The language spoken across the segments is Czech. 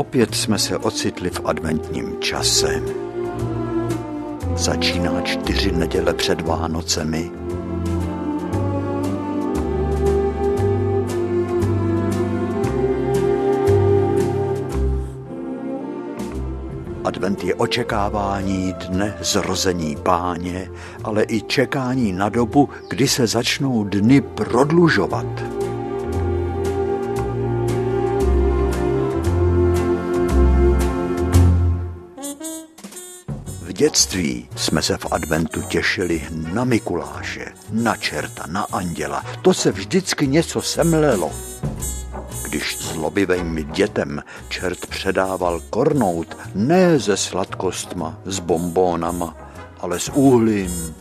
Opět jsme se ocitli v adventním čase. Začíná 4 neděle před Vánocemi. Advent je očekávání dne zrození Páně, ale i čekání na dobu, kdy se začnou dny prodlužovat. V dětství jsme se v adventu těšili na Mikuláše, na čerta, na anděla. To se vždycky něco semlelo. Když zlobivým dětem čert předával kornout ne se sladkostma, s bonbónama, ale s uhlím.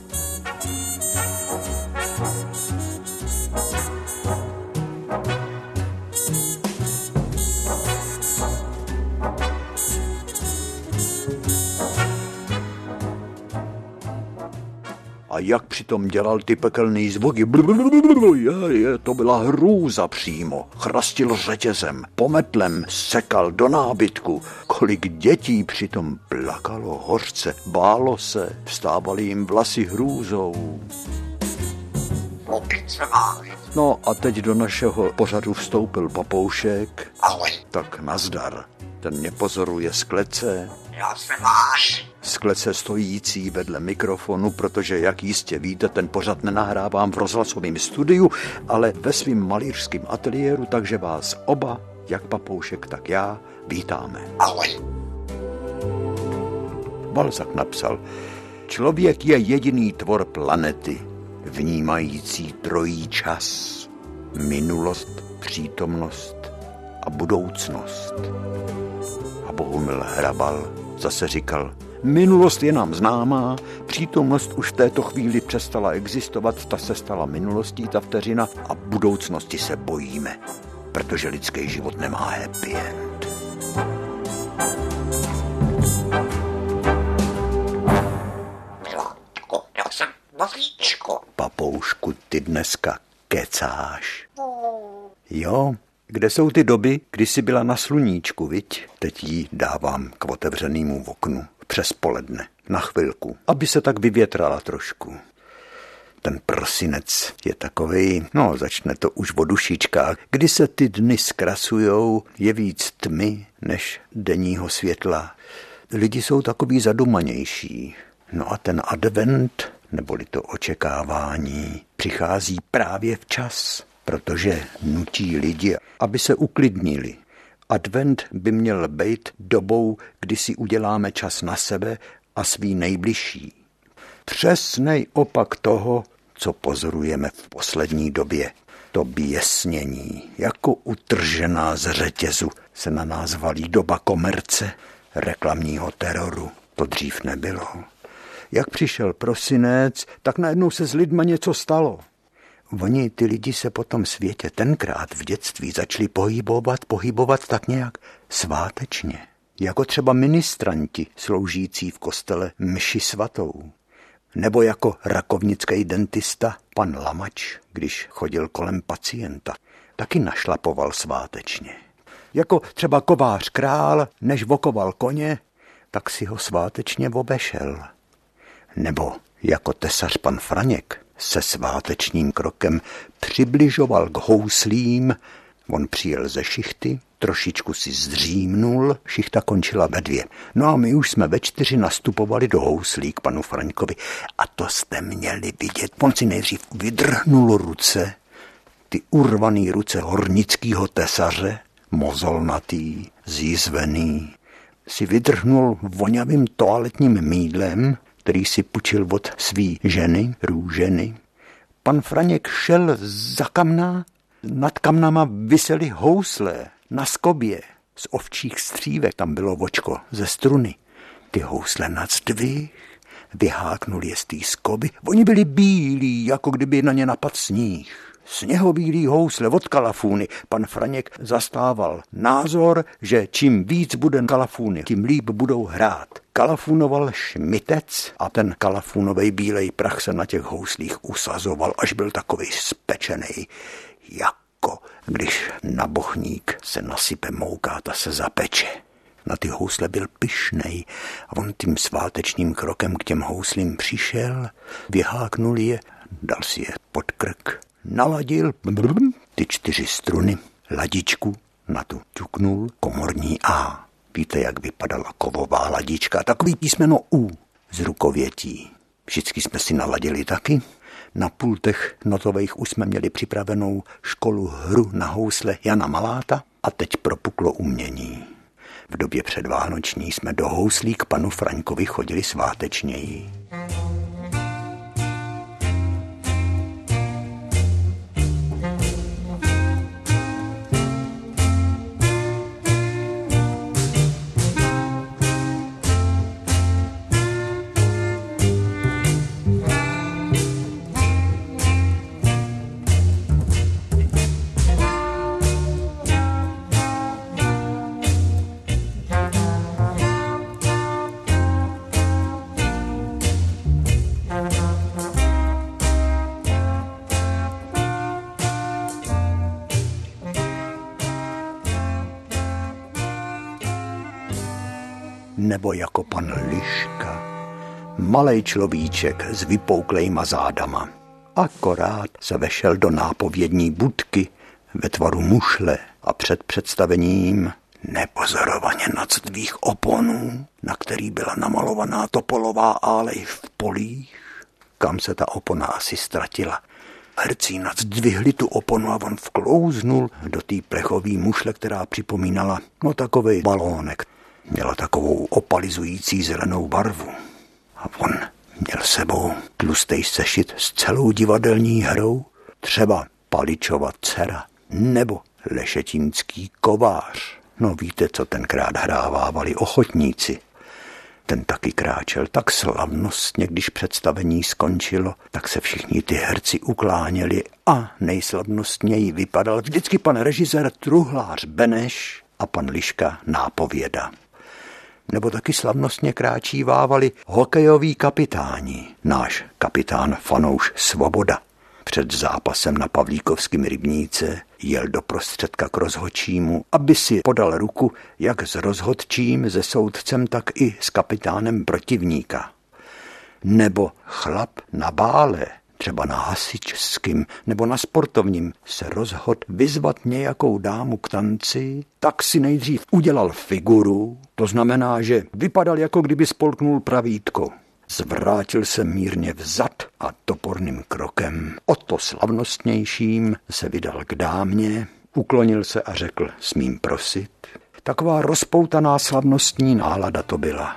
A jak přitom dělal ty pekelný zvuky, to byla hrůza přímo. Chrastil řetězem, pometlem sekal do nábytku. Kolik dětí přitom plakalo hořce, bálo se, vstávaly jim vlasy hrůzou. No a teď do našeho pořadu vstoupil Papoušek. Ahoj. Tak nazdar. Ten mě pozoruje z klece. Já se máš. Z klece stojící vedle mikrofonu, protože, jak jistě víte, ten pořad nenahrávám v rozhlasovém studiu, ale ve svým malířském ateliéru, takže vás oba, jak Papoušek, tak já, vítáme. Ahoj. Balzac napsal, člověk je jediný tvor planety, vnímající trojí čas, minulost, přítomnost a budoucnost. A Bohumil Hrabal zase říkal, minulost je nám známá, přítomnost už v této chvíli přestala existovat, ta se stala minulostí, ta vteřina, a budoucnosti se bojíme, protože lidský život nemá happy end. Milánko, já jsem mazlíčko. Papoušku, ty dneska kecáš. Jo, kde jsou ty doby, kdy jsi byla na sluníčku, viď? Teď jí dávám k otevřenému oknu přes poledne, na chvilku, aby se tak vyvětrala trošku. Ten prosinec je takovej, začne to už o dušičkách. Kdy se ty dny zkrasujou, je víc tmy než denního světla. Lidi jsou takový zadumanější. No a ten advent, neboli to očekávání, přichází právě včas, protože nutí lidi, aby se uklidnili. Advent by měl být dobou, kdy si uděláme čas na sebe a svý nejbližší. Přesnej opak toho, co pozorujeme v poslední době. To běsnění, jako utržená z řetězu, se na nás valí doba komerce, reklamního teroru. To dřív nebylo. Jak přišel prosinec, tak najednou se s lidma něco stalo. Oni, ty lidi, se po tom světě tenkrát v dětství začali pohybovat tak nějak svátečně. Jako třeba ministranti sloužící v kostele mši svatou. Nebo jako rakovnický dentista pan Lamač, když chodil kolem pacienta. Taky našlapoval svátečně. Jako třeba kovář král, než vokoval koně, tak si ho svátečně obešel. Nebo jako tesař pan Franěk se svátečním krokem přibližoval k houslím. On přijel ze šichty, trošičku si zdřímnul, šichta končila ve 2. No a my už jsme ve 4 nastupovali do houslí k panu Fraňkovi. A to jste měli vidět. On si nejdřív vydrhnul ruce, ty urvaný ruce hornického tesaře, mozolnatý, zjizvený, si vydrhnul voňavým toaletním mýdlem, který si půjčil od svý ženy, růženy. Pan Franěk šel za kamna, nad kamnama visely housle na skobě z ovčích střívek, tam bylo vočko ze struny. Ty housle nadzvih, vyháknul je z té skoby, oni byli bílí, jako kdyby na ně napadl sníh. Sněhobílý housle od kalafůny. Pan Franěk zastával názor, že čím víc bude kalafůny, tím líp budou hrát. Kalafůnoval šmitec a ten kalafůnovej bílej prach se na těch houslích usazoval, až byl takovej spečenej, jako když na bochník se nasype mouka, ta se zapeče. Na ty housle byl pyšnej a on tím svátečním krokem k těm houslím přišel, vyháknul je, dal si je pod krk, naladil ty 4 struny, ladičku, na tu ťuknul komorní A. Víte, jak vypadala kovová ladička? Takový písmeno U z rukovětí. Vždycky jsme si naladili taky. Na pultech notových už jsme měli připravenou školu hru na housle Jana Maláta a teď propuklo umění. V době předvánoční jsme do houslí k panu Fraňkovi chodili svátečněji. Nebo jako pan Liška, malej človíček s vypouklejma zádama. Akorát se vešel do nápovědní budky ve tvaru mušle a před představením nepozorovaně nad svých oponů, na který byla namalovaná topolová álej v polích, kam se ta opona asi ztratila. Herci nadzvihli tu oponu a on vklouznul do té plechové mušle, která připomínala takovej balónek. Měla takovou opalizující zelenou barvu. A on měl sebou tlustej sešit s celou divadelní hrou, třeba Paličova dcera nebo Lešetínský kovář. No víte, co tenkrát hrávávali ochotníci. Ten taky kráčel tak slavnostně, když představení skončilo, tak se všichni ty herci ukláněli a nejslavnostněji vypadal vždycky pan režisér Truhlář Beneš a pan Liška nápověda. Nebo taky slavnostně kráčívávali hokejoví kapitáni. Náš kapitán Fanouš Svoboda před zápasem na Pavlíkovském rybníce jel do prostředka k rozhodčímu, aby si podal ruku jak s rozhodčím, se soudcem, tak i s kapitánem protivníka. Nebo chlap na bále, třeba na hasičským nebo na sportovním, se rozhodl vyzvat nějakou dámu k tanci, tak si nejdřív udělal figuru, to znamená, že vypadal, jako kdyby spolknul pravítko. Zvrátil se mírně vzad a toporným krokem, o to slavnostnějším, se vydal k dámě, uklonil se a řekl: smím prosit. Taková rozpoutaná slavnostní nálada to byla.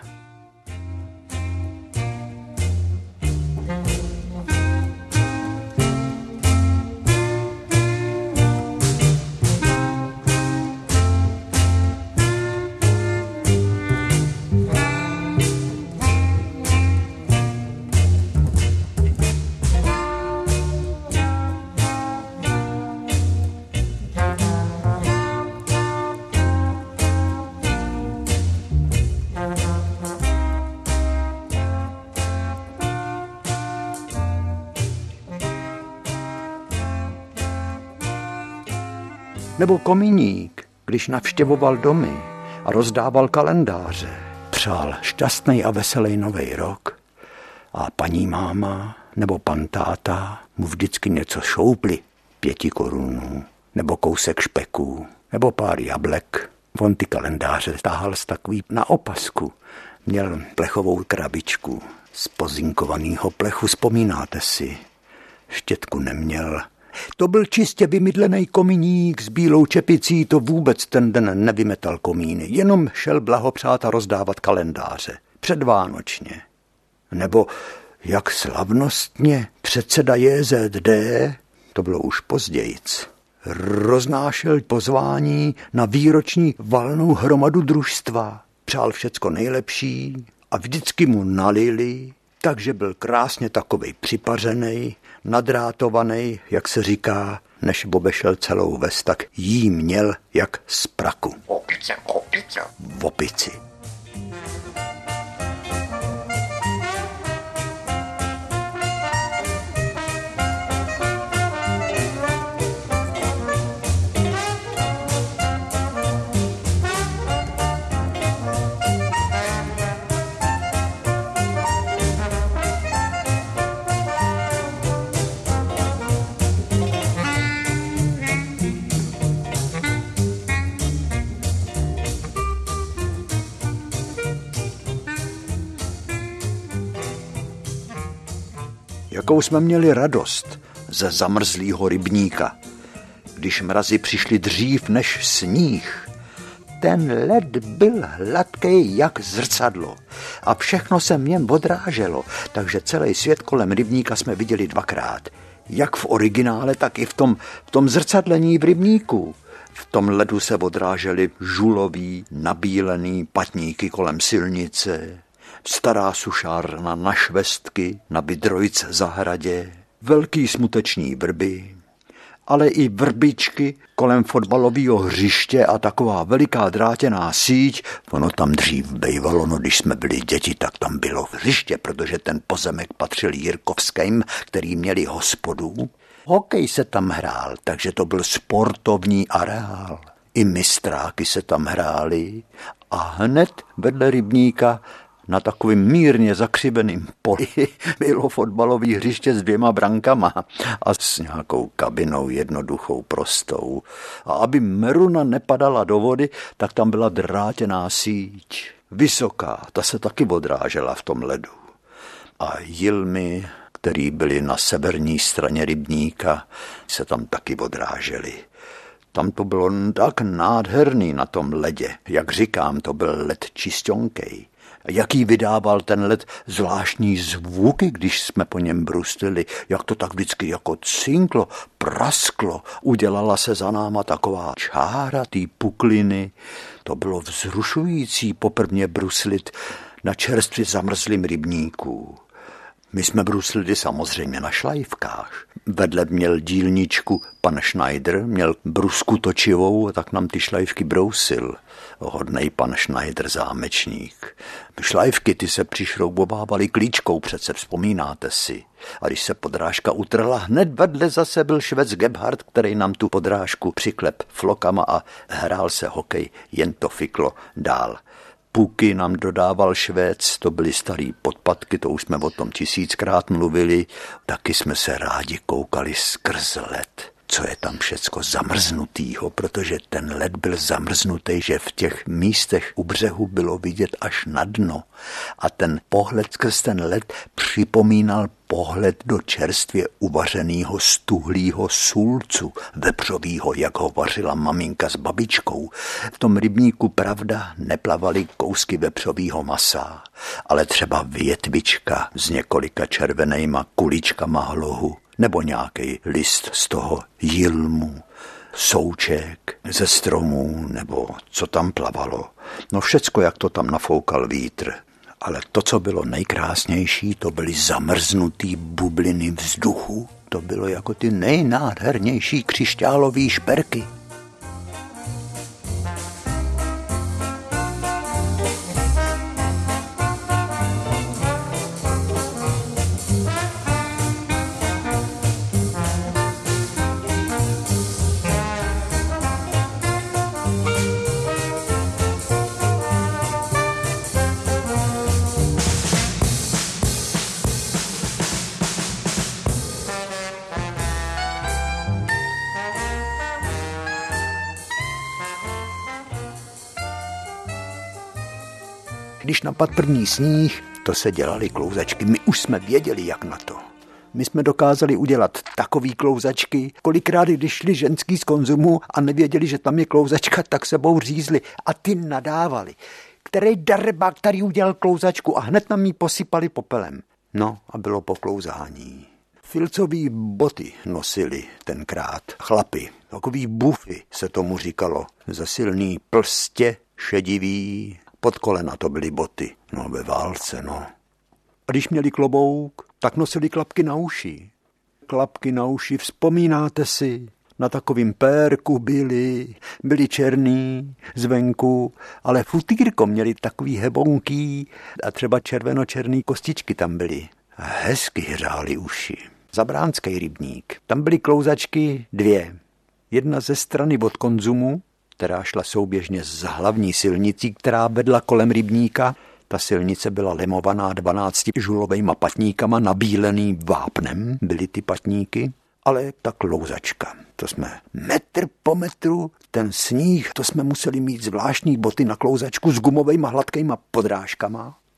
Nebo komíník, když navštěvoval domy a rozdával kalendáře, přál šťastný a veselý nový rok a paní máma nebo pan táta mu vždycky něco šoupli, 5 korunů, nebo kousek špeků, nebo pár jablek. On ty kalendáře tahal z takový na opasku. Měl plechovou krabičku z pozinkovaného plechu, vzpomínáte si? Štětku neměl. To byl čistě vymydlený komíník s bílou čepicí, to vůbec ten den nevymetal komíny, jenom šel blahopřát a rozdávat kalendáře. Předvánočně. Nebo jak slavnostně předseda JZD, to bylo už pozdějic, roznášel pozvání na výroční valnou hromadu družstva. Přál všecko nejlepší a vždycky mu nalili, takže byl krásně takovej připařenej, nadrátovanej, jak se říká, než obešel celou ves, tak jí měl jak z praku. Opice. V opici. jakou jsme měli radost ze zamrzlého rybníka, když mrazy přišly dřív než sníh. Ten led byl hladký jak zrcadlo a všechno se v něm odráželo, takže celý svět kolem rybníka jsme viděli dvakrát. Jak v originále, tak i v tom zrcadlení v rybníku. V tom ledu se odrážely žulový, nabílený patníky kolem silnice, stará sušárna na švestky, na Bydrojc zahradě, velký smuteční vrby, ale i vrbičky kolem fotbalového hřiště a taková veliká drátěná síť. Ono tam dřív bejvalo, no když jsme byli děti, tak tam bylo hřiště, protože ten pozemek patřil Jirkovským, který měli hospodu. Hokej se tam hrál, takže to byl sportovní areál. I mistráky se tam hrály a hned vedle rybníka na takovým mírně zakřiveným poli bylo fotbalové hřiště s 2 brankama a s nějakou kabinou jednoduchou prostou. A aby meruna nepadala do vody, tak tam byla drátěná síť. Vysoká, ta se taky odrážela v tom ledu. A jilmy, který byly na severní straně rybníka, se tam taky odrážely. Tam to bylo tak nádherný na tom ledě. Jak říkám, to byl led čisťonkej. Jaký vydával ten led zvláštní zvuky, když jsme po něm bruslili, jak to tak vždycky jako cinklo, prasklo, udělala se za náma taková čára té pukliny. To bylo vzrušující poprvně bruslit na čerstvě zamrzlým rybníku. My jsme bruslili samozřejmě na šlajvkách. Vedle měl dílničku pan Schneider, měl brusku točivou, tak nám ty šlajvky brousil. Hodnej pan Schneider, zámečník. Šlajvky ty se přišroubovávali klíčkou, přece vzpomínáte si. A když se podrážka utrhla, hned vedle zase byl Švec Gebhardt, který nám tu podrážku přiklep flokama a hrál se hokej, jen to fiklo dál. Puky nám dodával Švéc, to byly starý podpatky, to už jsme o tom 1000krát mluvili. Taky jsme se rádi koukali skrz led, co je tam všecko zamrznutýho, protože ten led byl zamrznutý, že v těch místech u břehu bylo vidět až na dno. A ten pohled skrz ten led připomínal pohled do čerstvě uvařenýho stuhlýho sulcu vepřovýho, jak ho vařila maminka s babičkou. V tom rybníku, pravda, neplavaly kousky vepřovýho masa, ale třeba větvička s několika červenejma kuličkama hlohu, nebo nějaký list z toho jilmu, souček ze stromů, nebo co tam plavalo. No všecko, jak to tam nafoukal vítr. Ale to, co bylo nejkrásnější, to byly zamrznutý bubliny vzduchu. To bylo jako ty nejnádhernější křišťálové šperky. Když napadl první sníh, to se dělaly klouzačky. My už jsme věděli, jak na to. My jsme dokázali udělat takový klouzačky, kolikrát, když šli ženský z konzumu a nevěděli, že tam je klouzačka, tak sebou řízli a ty nadávali. Který darebák, který udělal klouzačku a hned nám ji posypali popelem. No a bylo po klouzání. Filcový boty nosili tenkrát chlapi. Takový bufy se tomu říkalo. Za silný plstě, šedivý. Pod kolena to byly boty, no ve válce, no. A když měli klobouk, tak nosili klapky na uši. Klapky na uši, vzpomínáte si? Na takovým pérku byli černý zvenku, ale futýrko měli takový hebonký a třeba červeno-černý kostičky tam byly. A hezky hřály uši. Zabránský rybník, tam byly klouzačky 2. Jedna ze strany od konzumu, která šla souběžně s hlavní silnicí, která vedla kolem rybníka. Ta silnice byla lemovaná 12 žulovejma patníkama, nabílený vápnem byly ty patníky, ale ta klouzačka, to jsme metr po metru, ten sníh, to jsme museli mít zvláštní boty na klouzačku s gumovejma hladkejma podrážkama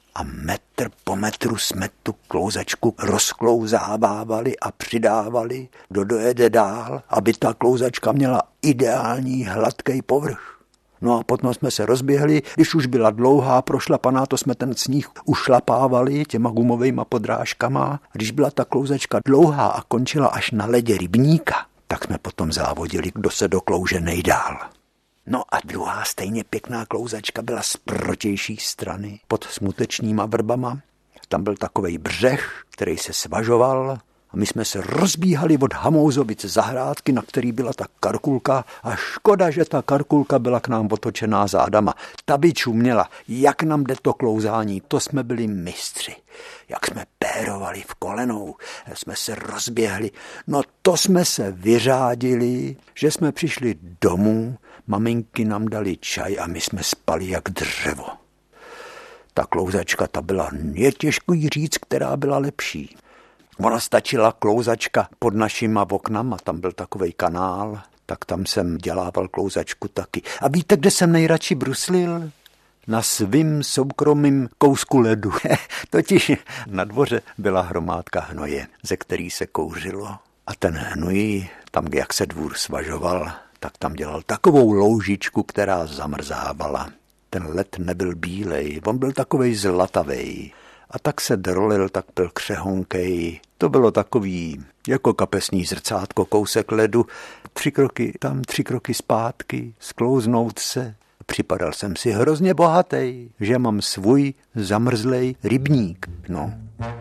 A metr po metru jsme tu klouzačku rozklouzávávali a přidávali, kdo dojede dál, aby ta klouzačka měla ideální hladký povrch. No a potom jsme se rozběhli, když už byla dlouhá, prošlapaná, to jsme ten sníh ušlapávali těma gumovejma podrážkama. Když byla ta klouzačka dlouhá a končila až na ledě rybníka, tak jsme potom závodili, kdo se doklouže nejdál. No a druhá stejně pěkná klouzačka byla z protější strany, pod Smutečníma vrbama. Tam byl takovej břeh, který se svažoval. A my jsme se rozbíhali od Hamouzovic zahrádky, na který byla ta karkulka a škoda, že ta karkulka byla k nám otočená zádama. Ta by čuměla, jak nám jde to klouzání, to jsme byli mistři. Jak jsme pérovali v kolenou, jsme se rozběhli, no to jsme se vyřádili, že jsme přišli domů, maminky nám dali čaj a my jsme spali jak dřevo. Ta klouzačka, ta byla, je těžko jí říct, která byla lepší. Ona stačila klouzačka pod našima oknama, tam byl takovej kanál, tak tam jsem dělával klouzačku taky. A víte, kde jsem nejradši bruslil? Na svým soukromým kousku ledu. Totiž na dvoře byla hromádka hnoje, ze který se kouřilo. A ten hnoj, tam jak se dvůr svažoval, tak tam dělal takovou loužičku, která zamrzávala. Ten led nebyl bílej, on byl takovej zlatavej. A tak se drolil, tak byl křehonkej. To bylo takový jako kapesní zrcátko, kousek ledu. 3 kroky tam, 3 kroky zpátky, sklouznout se. Připadal jsem si hrozně bohatý, že mám svůj zamrzlej rybník. No.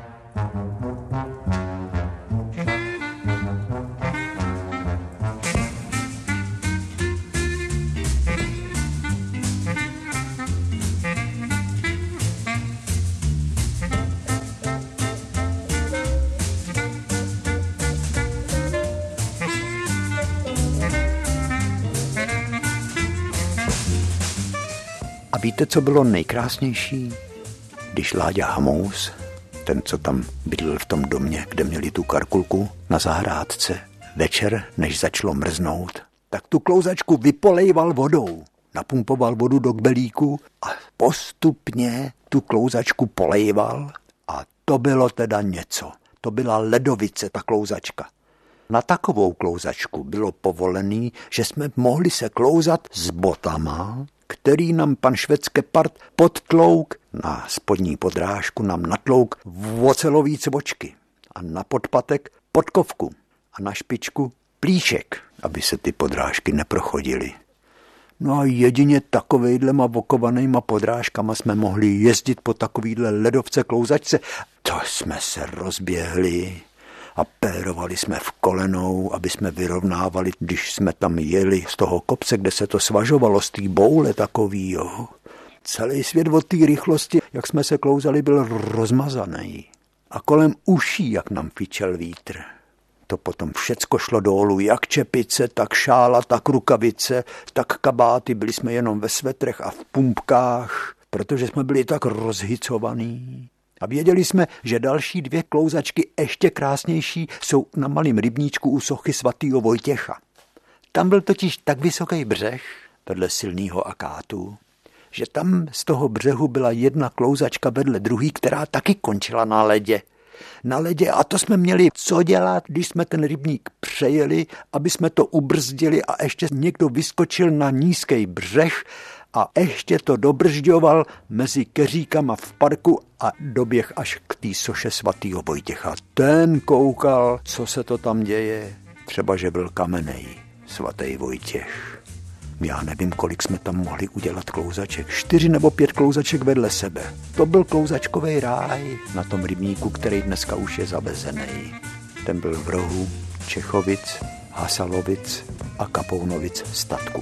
A víte, co bylo nejkrásnější? Když Láďa Hamouz, ten, co tam bydlel v tom domě, kde měli tu karkulku na zahrádce, večer, než začalo mrznout, tak tu klouzačku vypolejval vodou. Napumpoval vodu do kbelíku a postupně tu klouzačku polejval a to bylo teda něco. To byla ledovice, ta klouzačka. Na takovou klouzačku bylo povolený, že jsme mohli se klouzat s botama, který nám pan Švecke-part podtlouk, na spodní podrážku nám natlouk ocelový cvočky a na podpatek podkovku a na špičku plíšek, aby se ty podrážky neprochodily. No a jedině takovejhlema okovanejma podrážkama jsme mohli jezdit po takovýhle ledovce klouzačce. To jsme se rozběhli a pérovali jsme v kolenou, aby jsme vyrovnávali, když jsme tam jeli z toho kopce, kde se to svažovalo, z té boule takový, jo. Celý svět od té rychlosti, jak jsme se klouzali, byl rozmazaný. A kolem uší, jak nám fičel vítr. To potom všecko šlo dolů, jak čepice, tak šála, tak rukavice, tak kabáty. Byli jsme jenom ve svetrech a v pumpkách, protože jsme byli tak rozhycovaní. A věděli jsme, že další 2 klouzačky ještě krásnější jsou na malém rybníčku u sochy svatýho Vojtěcha. Tam byl totiž tak vysoký břeh vedle silného akátu, že tam z toho břehu byla jedna klouzačka vedle druhý, která taky končila na ledě. Na ledě a to jsme měli co dělat, když jsme ten rybník přejeli, aby jsme to ubrzdili a ještě někdo vyskočil na nízký břeh a ještě to dobržďoval mezi keříkama v parku a doběh až k té soše svatýho Vojtěcha. Ten koukal, co se to tam děje. Třeba, že byl kamenej svatý Vojtěch. Já nevím, kolik jsme tam mohli udělat klouzaček. 4 nebo 5 klouzaček vedle sebe. To byl klouzačkový ráj na tom rybníku, který dneska už je zavezený. Ten byl v rohu Čechovic, Hasalovic a Kapounovic statku.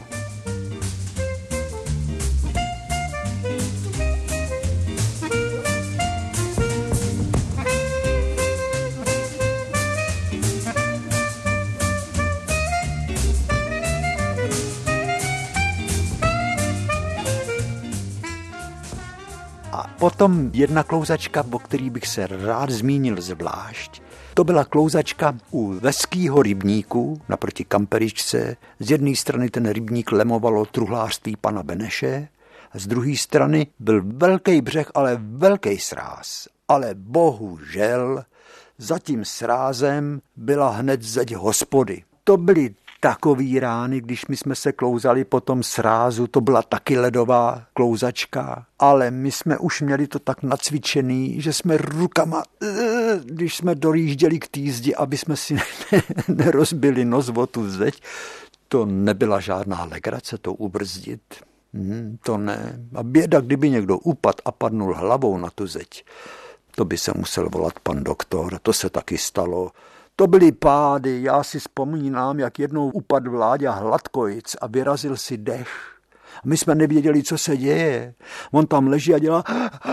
Potom jedna klouzačka, o který bych se rád zmínil zvlášť, to byla klouzačka u Veskýho rybníku naproti Kamperičce. Z jedné strany ten rybník lemovalo truhlářství pana Beneše Z druhé strany byl velký břeh, ale velký sráz. Ale bohužel za tím srázem byla hned zeď hospody. To byly takový rány, když my jsme se klouzali po tom srázu, to byla taky ledová klouzačka, ale my jsme už měli to tak nacvičený, že jsme rukama, když jsme dojížděli k té zdi, aby jsme si nerozbili nos o tu zeď, to nebyla žádná legrace to ubrzdit. To ne. A běda, kdyby někdo upadl a padnul hlavou na tu zeď. To by se musel volat pan doktor, to se taky stalo. To byly pády, já si vzpomínám, jak jednou upadl Vláďa Hladkojc a vyrazil si dech. My jsme nevěděli, co se děje. On tam leží a dělá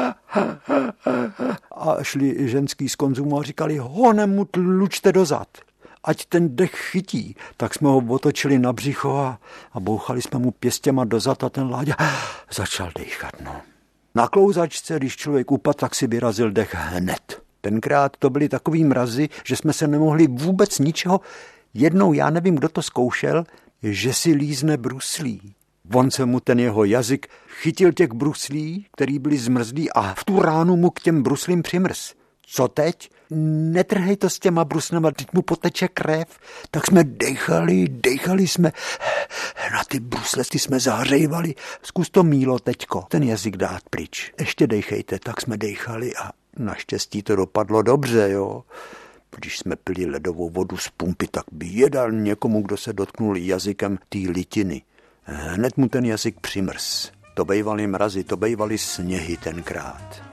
a šli ženský z konzumu a říkali, honem mu tlučte dozad, ať ten dech chytí. Tak jsme ho otočili na břicho a bouchali jsme mu pěstěma dozad a ten Láďa začal dechat. No. Na klouzačce, když člověk upadl, tak si vyrazil dech hned. Tenkrát to byly takový mrazy, že jsme se nemohli vůbec ničeho. Jednou, já nevím, kdo to zkoušel, že si lízne bruslí. On se mu ten jeho jazyk chytil těch bruslí, který byly zmrzlí a v tu ránu mu k těm bruslím přimrz. Co teď? Netrhej to s těma bruslema, teď mu poteče krev. Tak jsme dejchali jsme. Na ty brusle jsme zahřejvali. Zkus to, Mílo, teďko, ten jazyk dát pryč. Ještě dejchejte, tak jsme dejchali a naštěstí to dopadlo dobře, jo. Když jsme pili ledovou vodu z pumpy, tak by jedal někomu, kdo se dotknul jazykem té litiny. Hned mu ten jazyk přimrz. To bejvaly mrazy, to bejvaly sněhy tenkrát.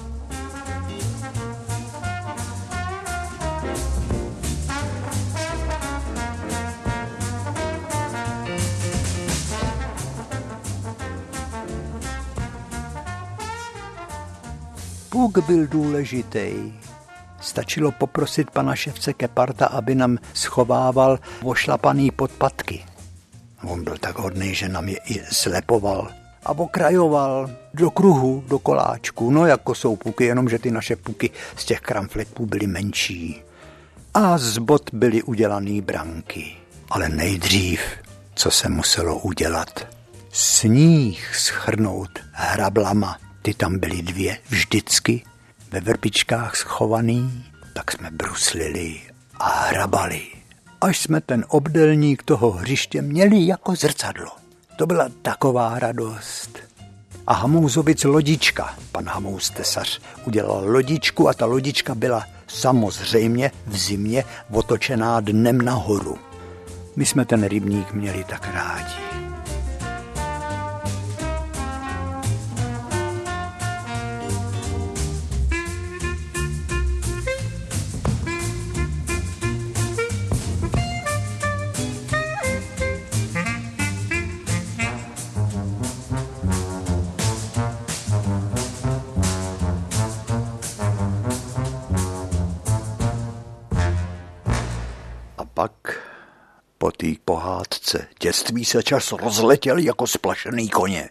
Puk byl důležitý. Stačilo poprosit pana ševce Keparta, aby nám schovával ošlapaný podpatky. On byl tak hodný, že nám je i slepoval a okrajoval do kruhu, do koláčku. No jako jsou puky, jenomže ty naše puky z těch kramfletů byly menší. A z bot byly udělaný branky. Ale nejdřív, co se muselo udělat? Sníh schrnout hrablama. Ty tam byly 2 vždycky, ve vrbičkách schovaný, tak jsme bruslili a hrabali. Až jsme ten obdelník toho hřiště měli jako zrcadlo. To byla taková radost. A Hamouzovic lodička, pan Hamouz tesař, udělal lodičku a ta lodička byla samozřejmě v zimě otočená dnem nahoru. My jsme ten rybník měli tak rádi. Pak po té pohádce dětství se čas rozletěl jako splašený koně.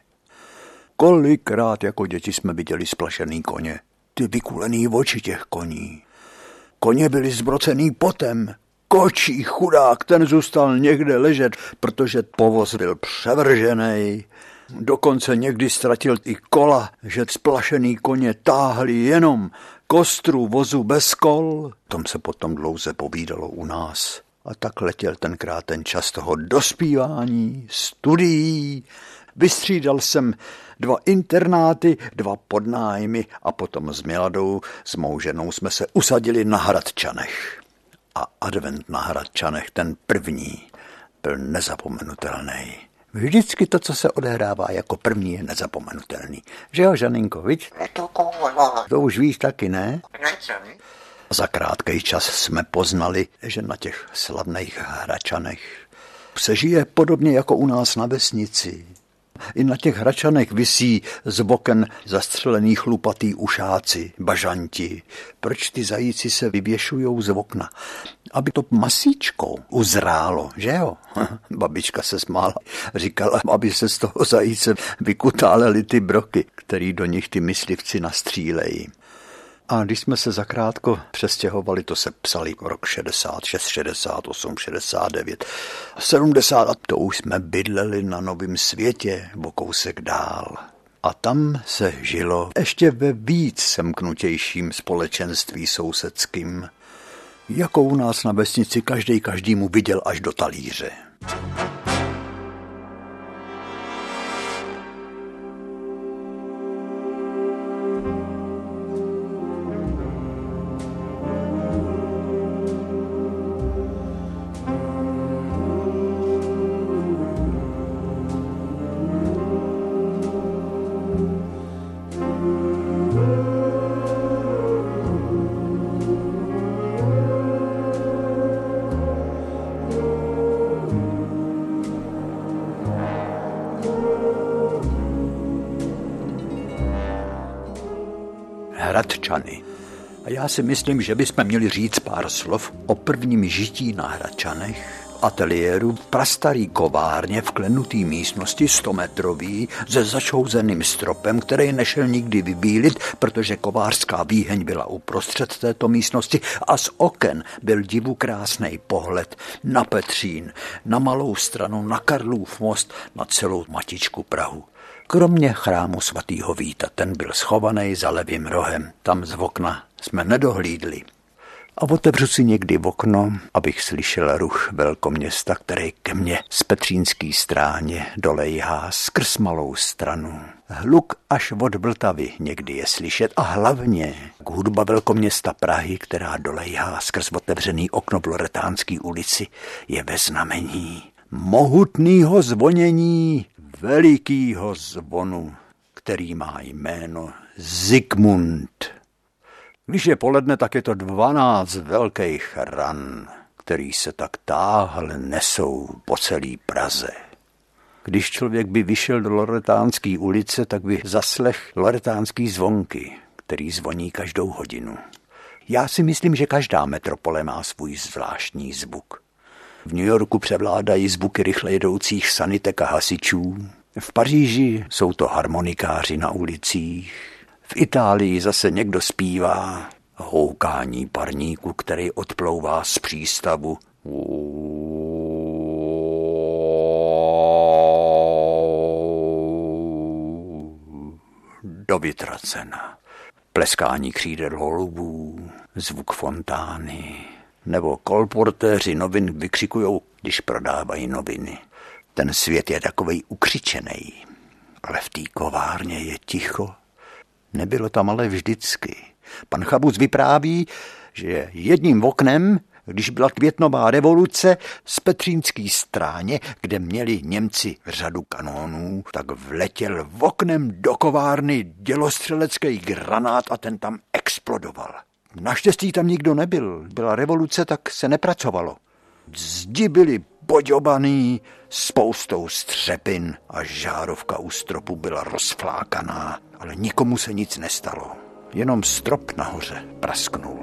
Kolikrát jako děti jsme viděli splašený koně. Ty vykulený oči těch koní. Koně byly zbrocený potem. Kočí chudák, ten zůstal někde ležet, protože povoz byl převržený. Dokonce někdy ztratil i kola, že splašený koně táhli jenom kostru vozu bez kol. Tom se potom dlouze povídalo u nás. A tak letěl tenkrát ten čas toho dospívání, studií. Vystřídal jsem 2 internáty, 2 podnájmy a potom s Miladou, s mou ženou, jsme se usadili na Hradčanech. A advent na Hradčanech, ten první, byl nezapomenutelný. Vždycky to, co se odehrává jako první, je nezapomenutelný. Že jo, Žaninko, viď? To už víš taky, ne? Za krátký čas jsme poznali, že na těch slavných Hradčanech se žije podobně jako u nás na vesnici. I na těch Hradčanech visí z oken zastřelený chlupatý ušáci, bažanti. Proč ty zajíci se vyvěšujou z okna? Aby to masíčkou uzrálo, že jo? Babička se smála, říkala, aby se z toho zajíce vykutálely ty broky, který do nich ty myslivci nastřílejí. A když jsme se zakrátko přestěhovali, to se psali rok 66, 68, 69, 70 a to už jsme bydleli na Novém Světě, o kousek dál. A tam se žilo ještě ve víc semknutějším společenství sousedským, jakou u nás na vesnici každému viděl až do talíře. Hradčany. A já si myslím, že bychom měli říct pár slov o prvním žití na Hradčanech, ateliéru v prastarý kovárně v klenutý místnosti 100metrový se začouzeným stropem, který nešel nikdy vybílit, protože kovářská výheň byla uprostřed této místnosti a z oken byl divukrásný pohled na Petřín, na Malou Stranu, na Karlův most, na celou matičku Prahu. Kromě chrámu svatého Víta, ten byl schovaný za levým rohem. Tam z okna jsme nedohlídli. A otevřu si někdy okno, abych slyšel ruch velkoměsta, který ke mně z Petřínský stráně dolejhá skrz Malou Stranu. Hluk až od Vltavy někdy je slyšet a hlavně hudba velkoměsta Prahy, která dolejhá skrz otevřený okno v Loretánské ulici, je ve znamení mohutného zvonění velikýho zvonu, který má jméno Zikmund. Když je poledne, tak je to 12 velkých ran, který se tak táhle nesou po celý Praze. Když člověk by vyšel do Loretánské ulice, tak by zaslech loretánský zvonky, který zvoní každou hodinu. Já si myslím, že každá metropole má svůj zvláštní zvuk. V New Yorku převládají zvuky rychle jedoucích sanitek a hasičů. V Paříži jsou to harmonikáři na ulicích. V Itálii zase někdo zpívá houkání parníku, který odplouvá z přístavu. Do Vytracena. Pleskání křídel holubů, zvuk fontány. Nebo kolportéři novin vykřikujou, když prodávají noviny. Ten svět je takovej ukřičenej, ale v té kovárně je ticho. Nebylo tam ale vždycky. Pan Chabus vypráví, že jedním oknem, když byla květnová revoluce, z Petřínský stráně, kde měli Němci řadu kanónů, tak vletěl oknem do kovárny dělostřelecký granát a ten tam explodoval. Naštěstí tam nikdo nebyl. Byla revoluce, tak se nepracovalo. Zdi byly poďobaný spoustou střepin a žárovka u stropu byla rozflákaná, ale nikomu se nic nestalo. Jenom strop nahoře prasknul.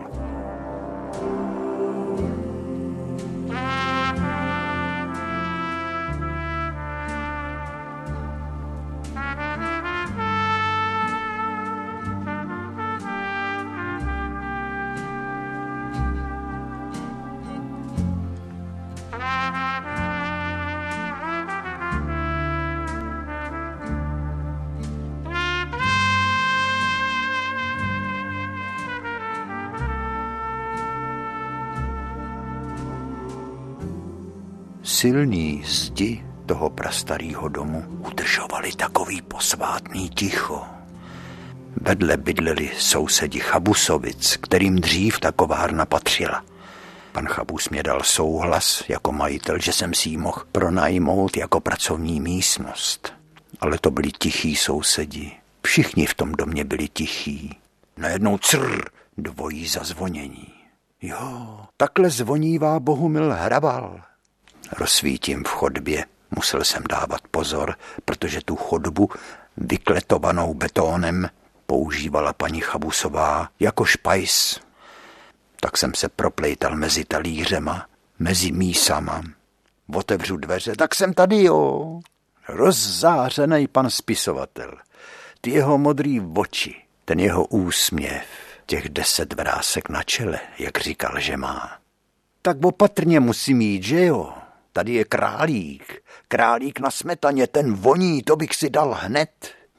Silný zdi toho prastarýho domu udržovali takový posvátný ticho. Vedle bydleli sousedi Chabusovic, kterým dřív ta kovárna patřila. Pan Chabus mě dal souhlas jako majitel, že jsem si ji mohl pronajmout jako pracovní místnost. Ale to byli tichý sousedi. Všichni v tom domě byli tichí. Najednou dvojí zazvonění. Jo, takhle zvonívá Bohumil Hrabal. Rozsvítím v chodbě. Musel jsem dávat pozor, protože tu chodbu, vykletovanou betónem, používala paní Chabusová jako špajs. Tak jsem se proplejtal mezi talířema, mezi mísama. Otevřu dveře, tak jsem tady, jo. Rozzářenej pan spisovatel. Ty jeho modrý oči, ten jeho úsměv, těch 10 vrásek na čele, jak říkal, že má. Tak opatrně musím jít, že jo? Tady je králík. Králík na smetaně, ten voní, to bych si dal hned.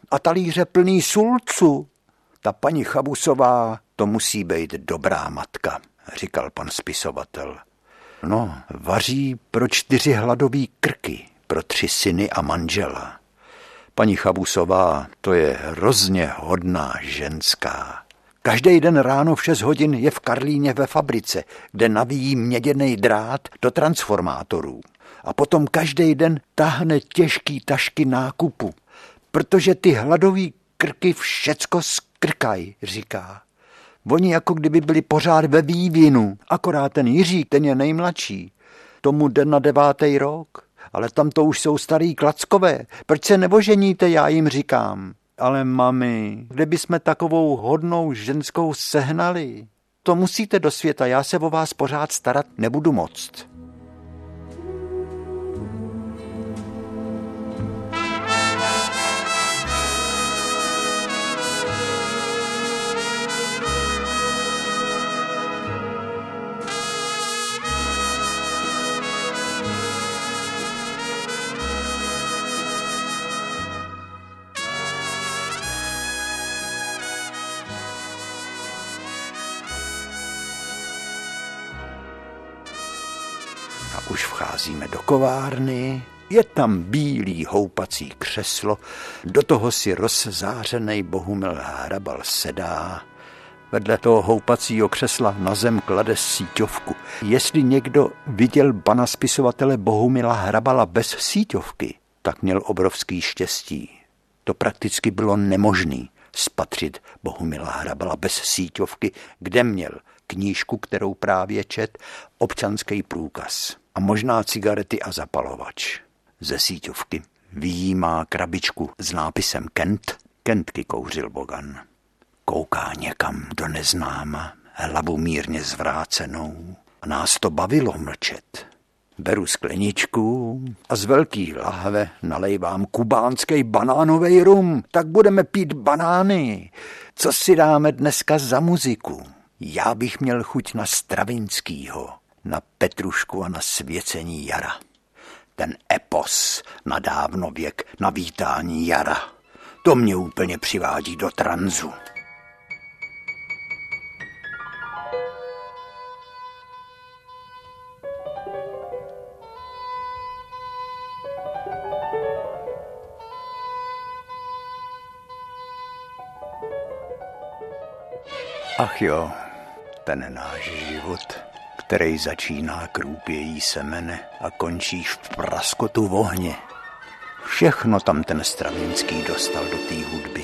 a talíře plný sulcu. Ta paní Chabusová, to musí být dobrá matka, říkal pan spisovatel. No, vaří pro 4 hladový krky, pro 3 syny a manžela. Paní Chabusová, to je hrozně hodná ženská. Každý den ráno v 6 hodin je v Karlíně ve fabrice, kde navíjí měděnej drát do transformátorů. A potom každý den tahne těžký tašky nákupu, protože ty hladový krky všecko skrkaj, říká. Oni jako kdyby byli pořád ve vývinu, akorát ten Jiřík, ten je nejmladší. Tomu jde na 9. rok, ale tam to už jsou starý klackové. Proč se neoženíte, já jim říkám. Ale mami, kde bychom takovou hodnou ženskou sehnali? To musíte do světa, já se o vás pořád starat nebudu moct. Už vcházíme do kovárny, je tam bílý houpací křeslo, do toho si rozzářenej Bohumil Hrabal sedá. Vedle toho houpacího křesla na zem klade síťovku. Jestli někdo viděl pana spisovatele Bohumila Hrabala bez síťovky, tak měl obrovský štěstí. To prakticky bylo nemožné spatřit Bohumila Hrabala bez síťovky, kde měl knížku, kterou právě čet, občanský průkaz a možná cigarety a zapalovač. Ze síťovky vyjímá krabičku s nápisem Kent. Kentky kouřil Bogan. Kouká někam do neznáma, hlavu mírně zvrácenou. A nás to bavilo mlčet. Beru skleničku a z velký lahve nalejvám kubánský banánový rum. Tak budeme pít banány. Co si dáme dneska za muziku? Já bych měl chuť na Stravinskýho, na Petrušku a na Svěcení jara. Ten epos na dávnověk, na vítání jara. To mě úplně přivádí do tranzu. Ach jo, ten náš život, který začíná krůpějí semene a končí v praskotu vohně. Všechno tam ten Stravinský dostal do té hudby.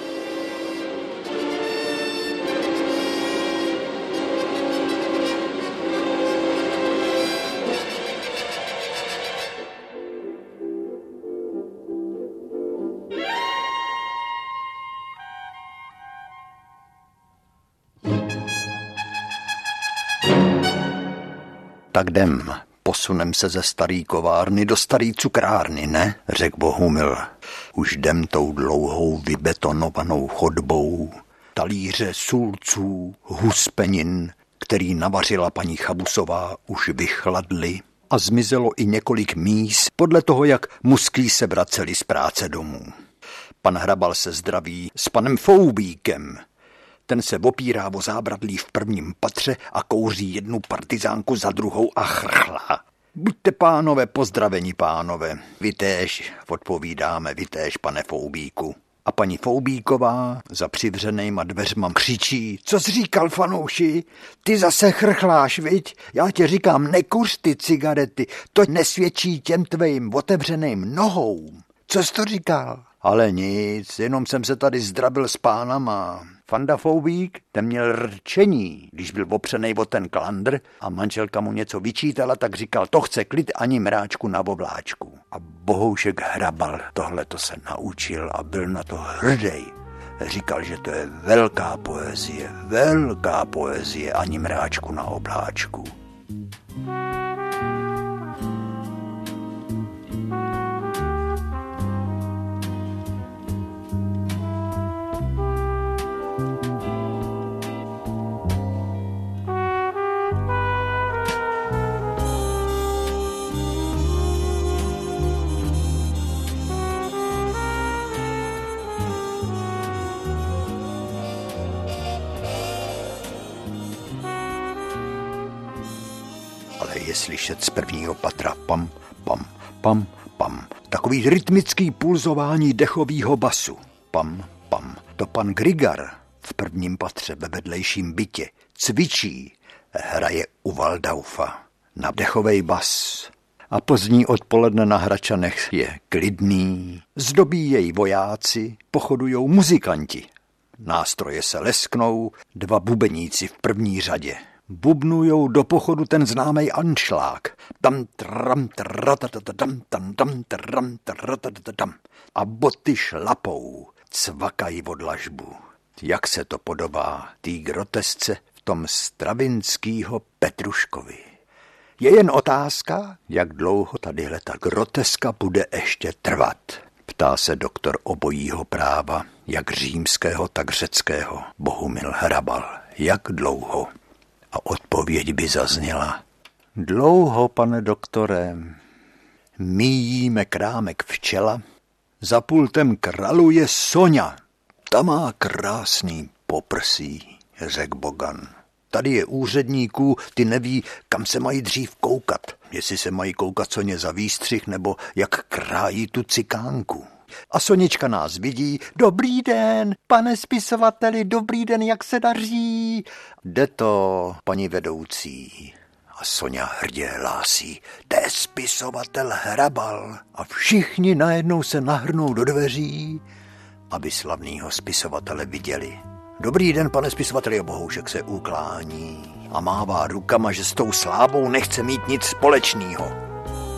Tak jdem, posunem se ze starý kovárny do starý cukrárny, ne? Řekl Bohumil. Už jdem tou dlouhou vybetonovanou chodbou. Talíře sulců, huspenin, který navařila paní Chabusová, už vychladly a zmizelo i několik míst podle toho, jak musklí se vraceli z práce domů. Pan Hrabal se zdraví s panem Foubíkem. Ten se opírá o zábradlí v prvním patře a kouří jednu partizánku za druhou a chrchlá. Buďte pánové, pozdraveni pánové. Vy též, odpovídáme, vy též, pane Foubíku. A paní Foubíková za přivřenejma dveřma křičí: Co jsi říkal, fanouši? Ty zase chrchláš, viď? Já tě říkám, nekuř ty cigarety, to nesvědčí těm tvým otevřeným nohou. Co jsi to říkal? Ale nic, jenom jsem se tady zdravil s pánama. Fanda Foubík, ten měl rčení, když byl opřenej o ten klandr a manželka mu něco vyčítala, tak říkal, to chce klid ani mráčku na ovláčku. A Bohoušek Hrabal tohleto se naučil a byl na to hrdý. Říkal, že to je velká poezie, ani mráčku na obláčku. slyšet z prvního patra pam, pam, pam, pam. Takový rytmický pulzování dechovýho basu. Pam, pam. To pan Grigar v prvním patře ve vedlejším bytě cvičí, hraje u Waldaufa na dechovej bas. A pozdní odpoledne na Hračanech je klidný, zdobí jej vojáci, pochodujou muzikanti. Nástroje se lesknou, 2 bubeníci v první řadě. Bubnujou do pochodu ten známej anšlák. Tam tram tratatatam, tam tam tram tratatatam. A boty šlapou, cvakají o dlažbu. Jak se to podobá tý grotesce v tom Stravinskýho Petruškovi. Je jen otázka, jak dlouho tadyhle ta groteska bude ještě trvat. Ptá se doktor obojího práva, jak římského, tak řeckého, Bohumil Hrabal. Jak dlouho? A odpověď by zazněla. Dlouho, pane doktore. Míjíme krámek včela, za pultem kraluje Soňa. Ta má krásný poprsí, řekl Bogan. Tady je úředníků, ty neví, kam se mají dřív koukat. Jestli se mají koukat Soně za výstřih, nebo jak krájí tu cikánku. A Sonička nás vidí. Dobrý den, pane spisovateli, dobrý den, jak se daří? Jde to, paní vedoucí. A Soňa hrdě hlásí. Jde spisovatel Hrabal. A všichni najednou se nahrnou do dveří, aby slavnýho spisovatele viděli. Dobrý den, pane spisovateli, a Bohoušek se uklání a mává rukama, že s tou slávou nechce mít nic společného.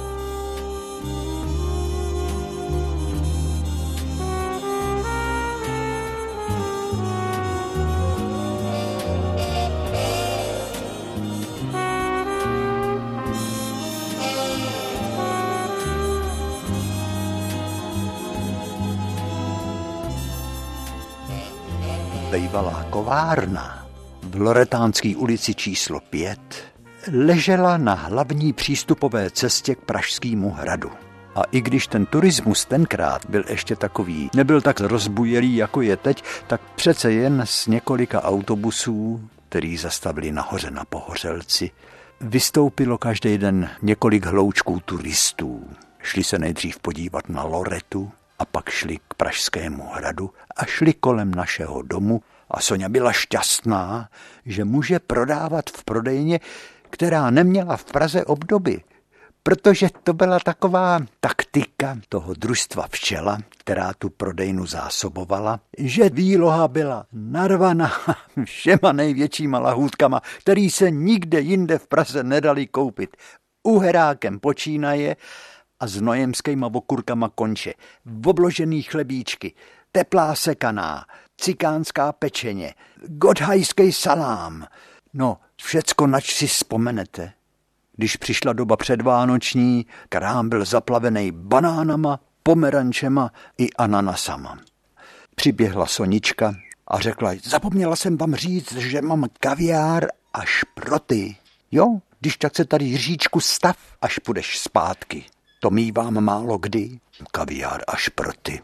Bývalá kovárna v Loretánské ulici číslo 5 ležela na hlavní přístupové cestě k Pražskému hradu. A i když ten turismus tenkrát byl ještě takový, nebyl tak rozbujelý, jako je teď, tak přece jen z několika autobusů, který zastavili nahoře na Pohořelci, vystoupilo každý den několik hloučků turistů. Šli se nejdřív podívat na Loretu, a pak šli k Pražskému hradu a šli kolem našeho domu a Soňa byla šťastná, že může prodávat v prodejně, která neměla v Praze obdoby, protože to byla taková taktika toho družstva Včela, která tu prodejnu zásobovala, že výloha byla narvaná všema největšíma lahůdkama, který se nikde jinde v Praze nedali koupit. Uherákem počínaje a s nojemskýma okurkama konče, obložený chlebíčky, teplá sekaná, cikánská pečeně, godhajský salám. No, všecko, nač si vzpomenete. Když přišla doba předvánoční, krám byl zaplavený banánama, pomerančema i ananasama. Přiběhla Sonička a řekla, zapomněla jsem vám říct, že mám kaviár a šproty. Jo, když tak se tady Jiříčku stav, až půjdeš zpátky. To mívám málo kdy. Kaviár a šproty.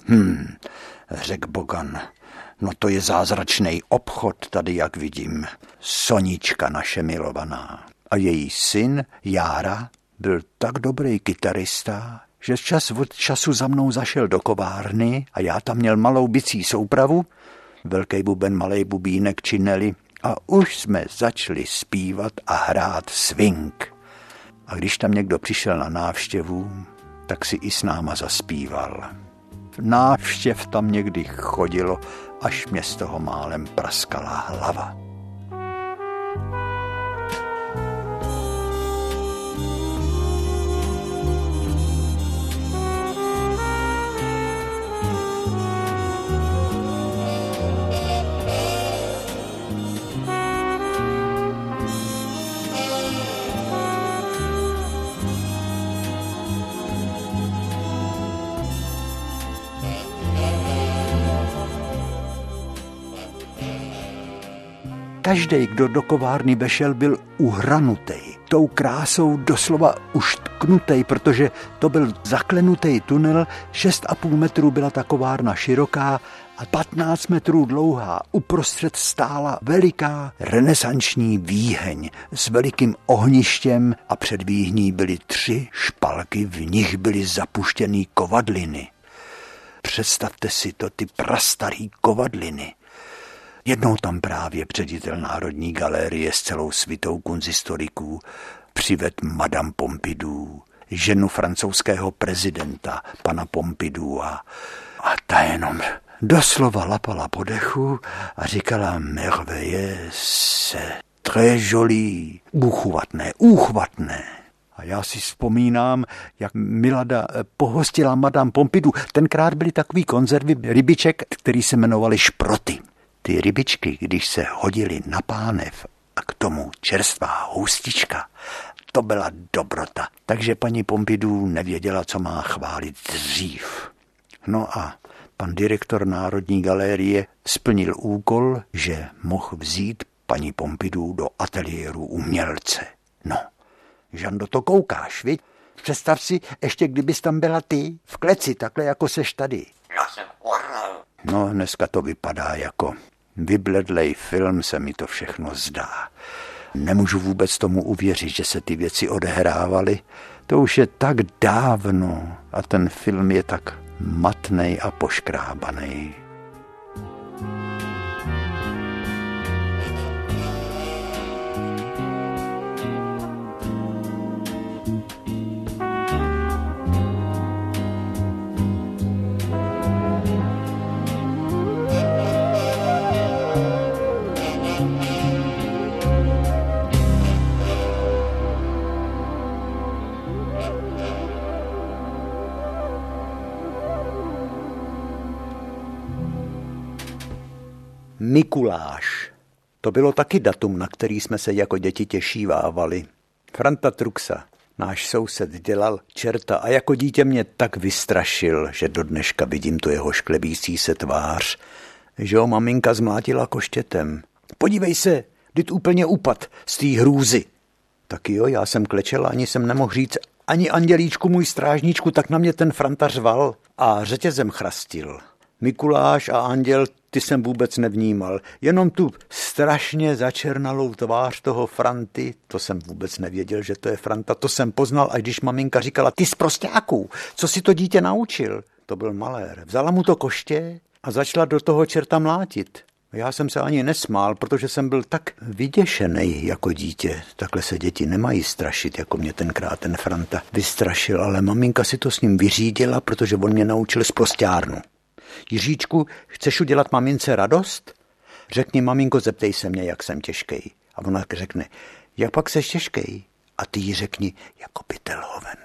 Řekl Bogan. No to je zázračný obchod tady, jak vidím. Sonička naše milovaná. A její syn Jára byl tak dobrý kytarista, že čas od času za mnou zašel do kovárny a já tam měl malou bicí soupravu, velký buben, malej bubínek čineli a už jsme začali zpívat a hrát swing. A když tam někdo přišel na návštěvu, tak si i s náma zaspíval. Návštěv tam někdy chodilo, až mě z toho málem praskala hlava. Každej, kdo do kovárny vešel, byl uhranutej. tou krásou doslova uštknutej, protože to byl zaklenutý tunel, 6,5 metru byla ta kovárna široká a 15 metrů dlouhá. Uprostřed stála veliká renesanční výheň s velikým ohništěm a před výhní byly 3 špalky, v nich byly zapuštěný kovadliny. Představte si to, ty prastarý kovadliny. Jednou tam právě ředitel Národní galerie s celou svitou kunzistoriků přived Madame Pompidou, ženu francouzského prezidenta, pana Pompidua. A ta jenom doslova lapala po dechu a říkala merveilleuse, très jolie, úchvatné. A já si vzpomínám, jak Milada pohostila Madame Pompidou. Tenkrát byly takový konzervy rybiček, který se jmenovaly šproty. Ty rybičky, když se hodily na pánev a k tomu čerstvá houstička, to byla dobrota. Takže paní Pompidou nevěděla, co má chválit dřív. No a pan direktor Národní galerie splnil úkol, že mohl vzít paní Pompidou do ateliéru umělce. No, Žando, to koukáš, viď? Představ si, ještě kdybys tam byla ty, v kleci, takhle jako seš tady. Já jsem orel. No, dneska to vypadá jako vybledlej film, se mi to všechno zdá. Nemůžu vůbec tomu uvěřit, že se ty věci odehrávaly. To už je tak dávno a ten film je tak matnej a poškrábanej. Mikuláš. To bylo taky datum, na který jsme se jako děti těšívávali. Franta Truxa, náš soused, dělal čerta a jako dítě mě tak vystrašil, že do dneška vidím tu jeho šklebící se tvář, že ho maminka zmlátila koštětem. Podívej se, vždyť úplně upad z té hrůzy. Tak jo, já jsem klečel, ani jsem nemohl říct, ani andělíčku můj strážníčku, tak na mě ten Franta řval a řetězem chrastil. Mikuláš a anděl, ty jsem vůbec nevnímal. Jenom tu strašně začernalou tvář toho Franty, to jsem vůbec nevěděl, že to je Franta, to jsem poznal, a když maminka říkala, ty sprosťáku, co si to dítě naučil? To byl malér. Vzala mu to koště a začala do toho čerta mlátit. Já jsem se ani nesmál, protože jsem byl tak vyděšený jako dítě. Takhle se děti nemají strašit, jako mě tenkrát ten Franta vystrašil, ale maminka si to s ním vyřídila, protože on mě naučil sprosťárnu. Jiříčku, chceš udělat mamince radost? Řekni, maminko, zeptej se mě, jak jsem těžkej. A ona řekne, jak pak seš těžkej? A ty jí řekni, jako pytelhoven.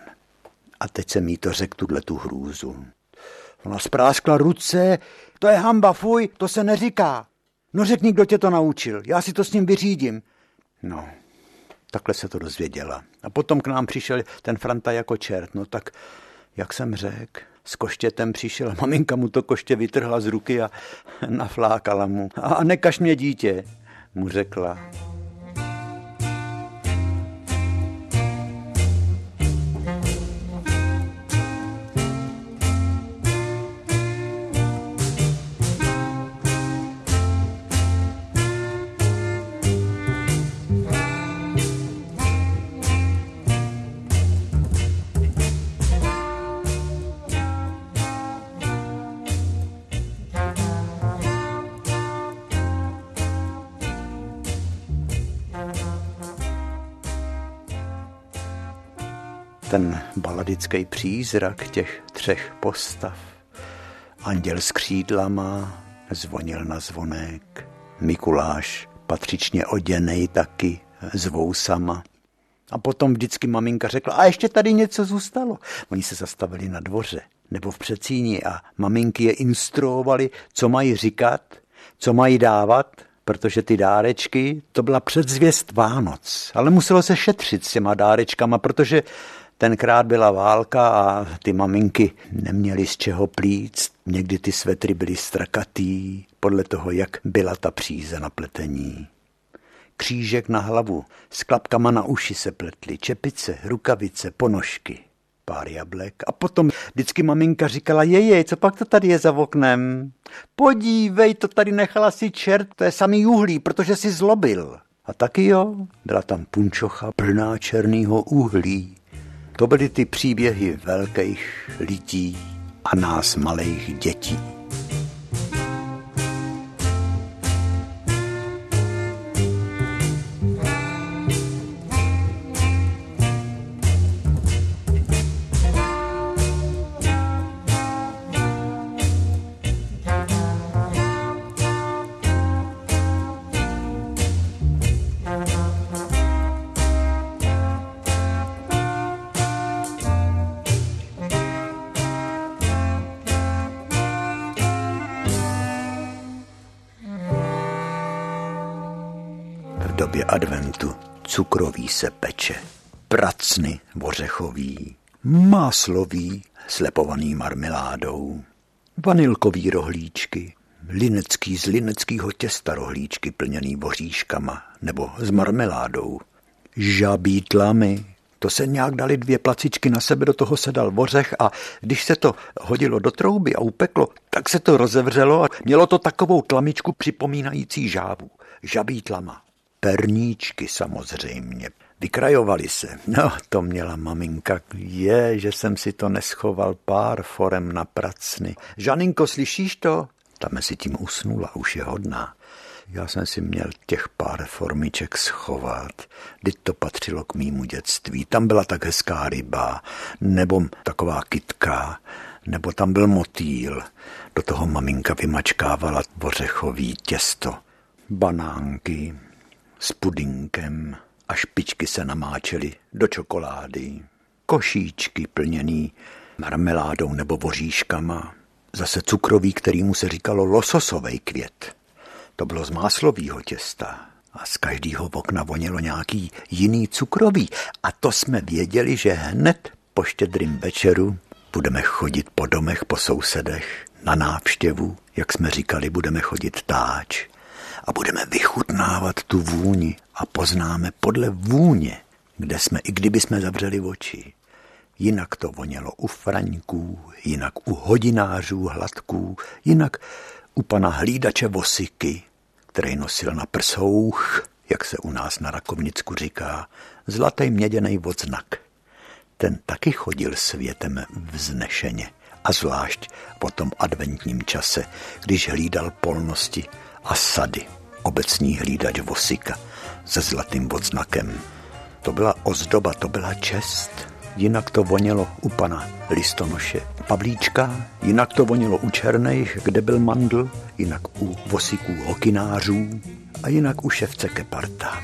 A teď jsem jí to řekl, tu hrůzu. Ona spráskla ruce, to je hamba, fuj, to se neříká. No řekni, kdo tě to naučil, já si to s ním vyřídím. No, takhle se to dozvěděla. A potom k nám přišel ten Franta jako čert, no tak, jak jsem řekl, s koštětem přišel, maminka mu to koště vytrhla z ruky a naflákala mu. A nekaž mě, dítě, mu řekla. Ten baladický přízrak těch 3 postav. Anděl s křídlama zvonil na zvonek. Mikuláš patřičně oděnej taky s vousama. A potom vždycky maminka řekla, a ještě tady něco zůstalo. Oni se zastavili na dvoře nebo v předsíni a maminky je instruovali, co mají říkat, co mají dávat, protože ty dárečky, to byla předzvěst Vánoc. Ale muselo se šetřit s těma dárečkama, protože tenkrát byla válka a ty maminky neměly z čeho plíct. Někdy ty svetry byly strakatý, podle toho, jak byla ta příze na pletení. křížek na hlavu, s klapkama na uši se pletly, čepice, rukavice, ponožky, pár jablek. A potom vždycky maminka říkala, jej, co pak to tady je za oknem? Podívej, to tady nechala si čert, to je samý uhlí, protože si zlobil. A taky jo, byla tam punčocha plná černýho uhlí. To byly ty příběhy velkých lidí a nás malých dětí. V době adventu cukroví se peče, pracny ořechový, máslový slepovaný marmeládou, vanilkový rohlíčky, linecký z lineckého těsta rohlíčky plněný voříškama nebo s marmeládou, žabí tlamy. To se nějak dali 2 placičky na sebe, do toho se dal ořech a když se to hodilo do trouby a upeklo, tak se to rozevřelo a mělo to takovou tlamičku připomínající žávu. Žabí tlama. Perníčky samozřejmě. Vykrajovali se. No, to měla maminka. Že jsem si to neschoval pár forem na pracny. Žaninko, slyšíš to? Ta mezi tím usnula, už je hodná. Já jsem si měl těch pár formiček schovat. Vždyť to patřilo k mému dětství. Tam byla tak hezká ryba, nebo taková kytka, nebo tam byl motýl. Do toho maminka vymačkávala ořechový těsto. Banánky s pudinkem a špičky se namáčely do čokolády. Košíčky plněný marmeládou nebo voříškama. Zase cukrový, kterýmu se říkalo lososovej květ. To bylo z máslovýho těsta a z každého okna vonělo nějaký jiný cukrový. A to jsme věděli, že hned po Štědrým večeru budeme chodit po domech, po sousedech, na návštěvu, jak jsme říkali, budeme chodit táč a budeme vychutnávat tu vůni a poznáme podle vůně, kde jsme, i kdyby jsme zavřeli oči. Jinak to vonělo u Fraňků, jinak u hodinářů hladků, jinak u pana hlídače Vosiky, který nosil na prsouch, jak se u nás na Rakovnicku říká, zlatý měděnej odznak. Ten taky chodil světem vznešeně a zvlášť po tom adventním čase, když hlídal polnosti a sady, obecní hlídač Vosika se zlatým odznakem. To byla ozdoba, to byla čest. Jinak to vonělo u pana listonoše Pavlíčka, jinak to vonělo u Černých, kde byl mandl, jinak u Vosiků hokinářů a jinak u ševce Keparta.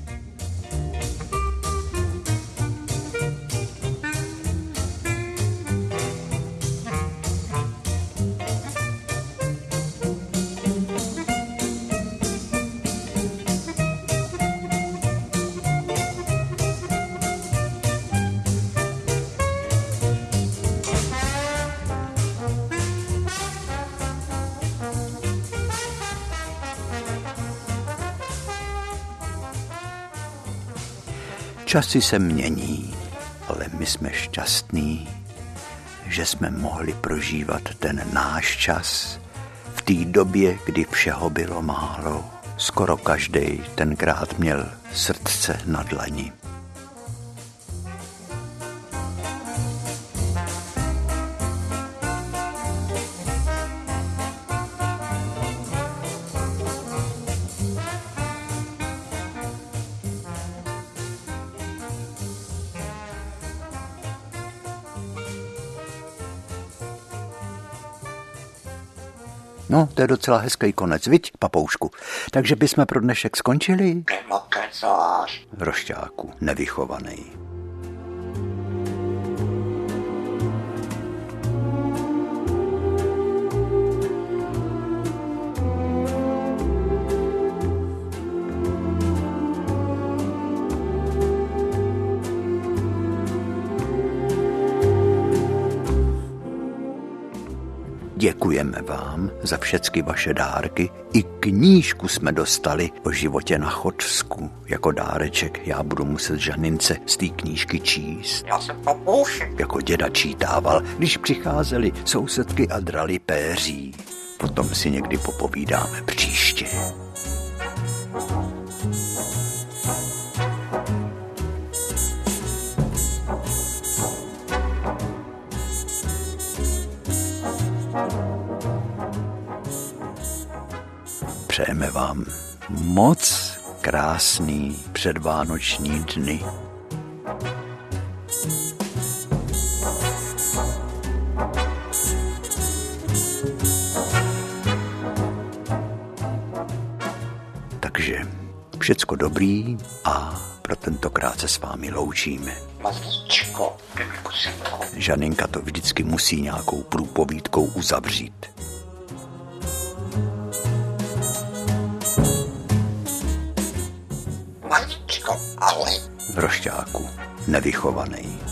Časy se mění, ale my jsme šťastní, že jsme mohli prožívat ten náš čas v té době, kdy všeho bylo málo. Skoro každej tenkrát měl srdce na dlani. No, to je docela hezký konec, viď, papoušku? Takže bychom pro dnešek skončili? Nebo kecáš? Rošťáku, nevychovaný. Děkujeme vám za všechny vaše dárky. I knížku jsme dostali o životě na Chodsku jako dáreček. Já budu muset Žanince z té knížky číst. Já se popouším. Jako děda čítával, když přicházeli sousedky a drali péří. Potom si někdy popovídáme příště. Přejeme vám moc krásný předvánoční dny. Takže všecko dobrý a pro tentokrát se s vámi loučíme. Mazlíčko. Žaninka to vždycky musí nějakou průpovídkou uzavřít. Mazlíčko, ahoj. Rošťáku, nevychovaný.